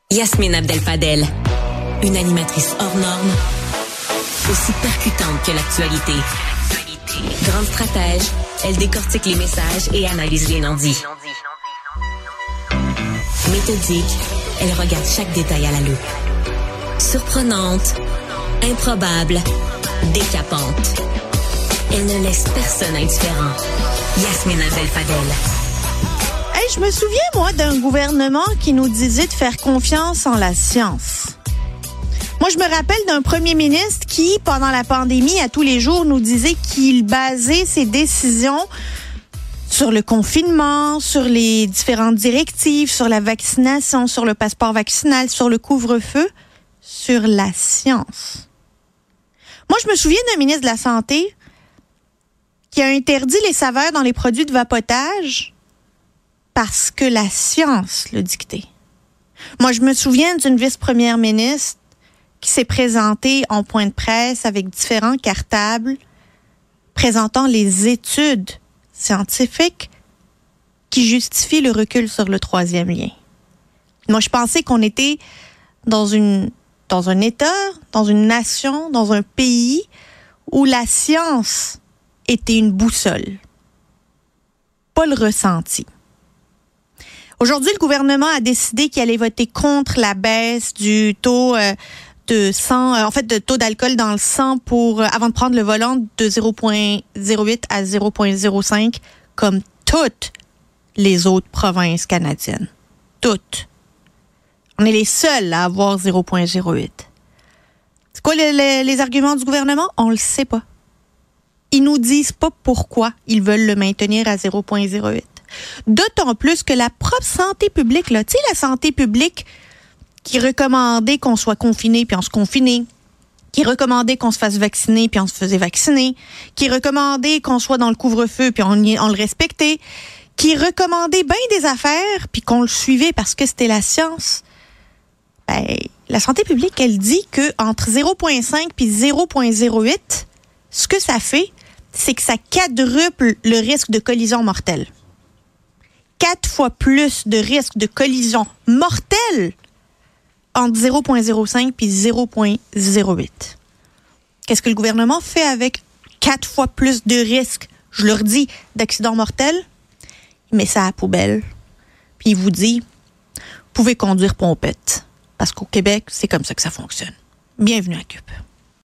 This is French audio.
Yasmine Abdel-Fadel, une animatrice hors norme, aussi percutante que l'actualité. Grande stratège, elle décortique les messages et analyse les non-dits. Méthodique, elle regarde chaque détail à la loupe. Surprenante, improbable, décapante. Elle ne laisse personne indifférent. Yasmine Abdel-Fadel. Hey, je me souviens, moi, d'un gouvernement qui nous disait de faire confiance en la science. Moi, je me rappelle d'un premier ministre qui, pendant la pandémie, à tous les jours, nous disait qu'il basait ses décisions sur le confinement, sur les différentes directives, sur la vaccination, sur le passeport vaccinal, sur le couvre-feu, sur la science. Moi, je me souviens d'un ministre de la Santé qui a interdit les saveurs dans les produits de vapotage parce que la science le dictait. Moi, je me souviens d'une vice-première ministre qui s'est présentée en point de presse avec différents cartables présentant les études scientifiques qui justifient le recul sur le troisième lien. Moi, je pensais qu'on était dans un État, dans une nation, dans un pays où la science était une boussole, pas le ressenti. Aujourd'hui, le gouvernement a décidé qu'il allait voter contre la baisse du taux de taux d'alcool dans le sang avant de prendre le volant de 0,08 à 0,05 comme toutes les autres provinces canadiennes. Toutes. On est les seuls à avoir 0,08. C'est quoi les arguments du gouvernement? On le sait pas. Ils nous disent pas pourquoi ils veulent le maintenir à 0,08. D'autant plus que la propre santé publique, là, tu sais, la santé publique qui recommandait qu'on soit confiné puis on se confinait, qui recommandait qu'on se fasse vacciner puis on se faisait vacciner, qui recommandait qu'on soit dans le couvre-feu puis on le respectait, qui recommandait bien des affaires puis qu'on le suivait parce que c'était la science. Ben, la santé publique, elle dit que entre 0,5 puis 0,08, ce que ça fait, c'est que ça quadruple le risque de collision mortelle. 4 fois plus de risque de collision mortelle entre 0,05 puis 0,08. Qu'est-ce que le gouvernement fait avec 4 fois plus de risque, je leur dis, d'accident mortel? Il met ça à la poubelle, puis il vous dit, vous pouvez conduire pompette. Parce qu'au Québec, c'est comme ça que ça fonctionne. Bienvenue à CUP.